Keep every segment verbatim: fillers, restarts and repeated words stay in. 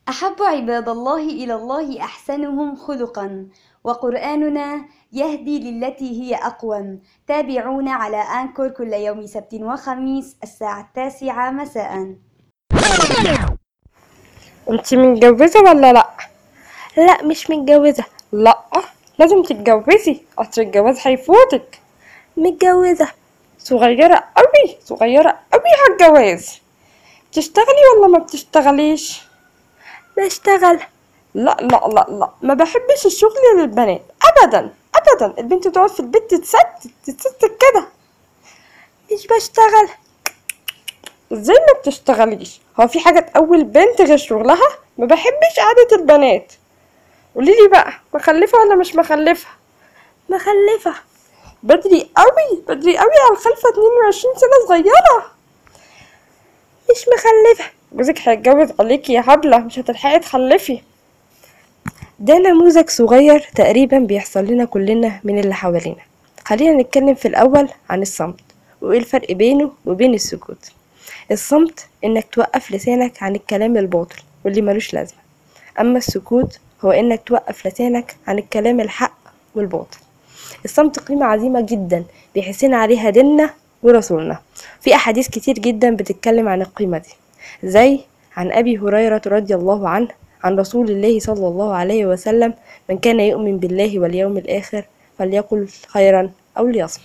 أحب عباد الله إلى الله أحسنهم خلقا، وقرآننا يهدي للتي هي أقوم. تابعونا على أنكور كل يوم سبت وخميس الساعة التاسعة مساء. انتي متجوزة ولا لأ؟ لا مش متجوزة. لأ لازم تتجوزي، اصل الجواز هيفوتك. متجوزة صغيرة قوي صغيرة قوي على الجواز. بتشتغلي ولا ما بتشتغليش؟ بشتغل. لا لا لا لا ما بحبش الشغل للبنات ابدا ابدا. البنت تقعد في البيت تتستت تتستت كده. مش بشتغل. ازاي ما بتشتغليش؟ هو في حاجة تقوي بنت غير شغلها؟ ما بحبش قعدة البنات. قوليلي بقى، مخلفة ولا مش مخلفة؟ مخلفة. بدري قوي بدري قوي على الخلفة، اتنين وعشرين سنة صغيرة. مش مخلفة. جوزك هيتجوز عليكي يا هبلة، مش هتلحقي تخلفي. ده نموذج صغير تقريبا بيحصل لنا كلنا من اللي حوالينا. خلينا نتكلم في الأول عن الصمت، وإيه الفرق بينه وبين السكوت. الصمت إنك توقف لسانك عن الكلام الباطل واللي ملوش لازمة، أما السكوت هو إنك توقف لسانك عن الكلام الحق والباطل. الصمت قيمة عظيمة جدا بيحسنا عليها ديننا ورسولنا. في أحاديث كتير جدا بتتكلم عن القيمة دي، زي عن أبي هريرة رضي الله عنه عن رسول الله صلى الله عليه وسلم: من كان يؤمن بالله واليوم الآخر فليقل خيرا أو ليصمت.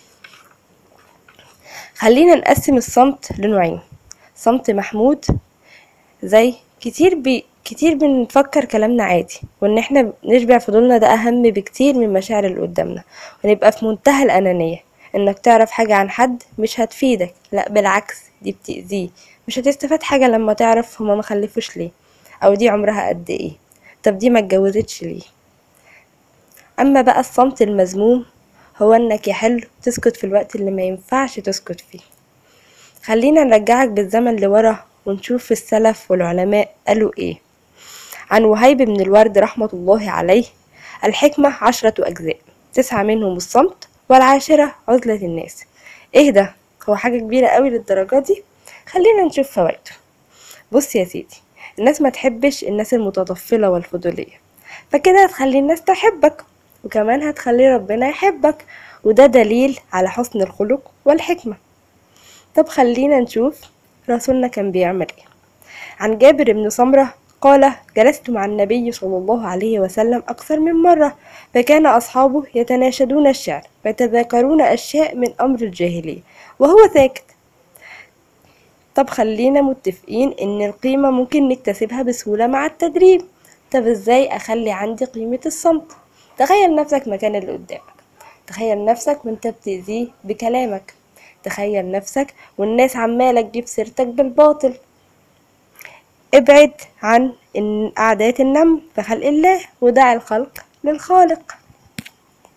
خلينا نقسم الصمت لنوعين: صمت محمود، زي كتير بي كتير بنفكر كلامنا عادي وان احنا نشبع فضولنا، ده اهم بكتير من مشاعر اللي قدامنا، ونبقى في منتهى الانانية. انك تعرف حاجة عن حد مش هتفيدك، لا بالعكس دي بتأذيه. مش هتستفاد حاجة لما تعرف هما ما خلفوش ليه، او دي عمرها قد ايه، طب دي ما اتجوزتش ليه. اما بقى الصمت المذموم هو انك يحل تسكت في الوقت اللي ما ينفعش تسكت فيه. خلينا نرجعك بالزمن لورا ونشوف السلف والعلماء قالوا ايه. عن وهيب بن الورد رحمة الله عليه: الحكمة عشرة أجزاء، تسعة منهم الصمت والعاشرة عزلة الناس. ايه ده؟ هو حاجة كبيرة قوي للدرجة دي؟ خلينا نشوف فوائده. بص يا سيدي، الناس ما تحبش الناس المتطفلة والفضولية، فكده هتخلي الناس تحبك، وكمان هتخلي ربنا يحبك، وده دليل على حسن الخلق والحكمة. طب خلينا نشوف رسولنا كان بيعمل ايه. عن جابر بن سمرة قال: جلست مع النبي صلى الله عليه وسلم أكثر من مرة، فكان أصحابه يتناشدون الشعر ويتذاكرون أشياء من أمر الجاهلية وهو ساكت. طب خلينا متفقين إن القيمة ممكن نكتسبها بسهولة مع التدريب. طب إزاي أخلي عندي قيمة الصمت؟ تخيل نفسك مكان اللي قدامك، تخيل نفسك وانت بتأذيه بكلامك، تخيل نفسك والناس عمالة تجيب سيرتك بالباطل. ابعد عن عادات النم في خلق الله، ودع الخلق للخالق.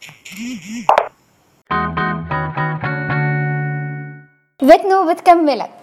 بتنو بتكملك.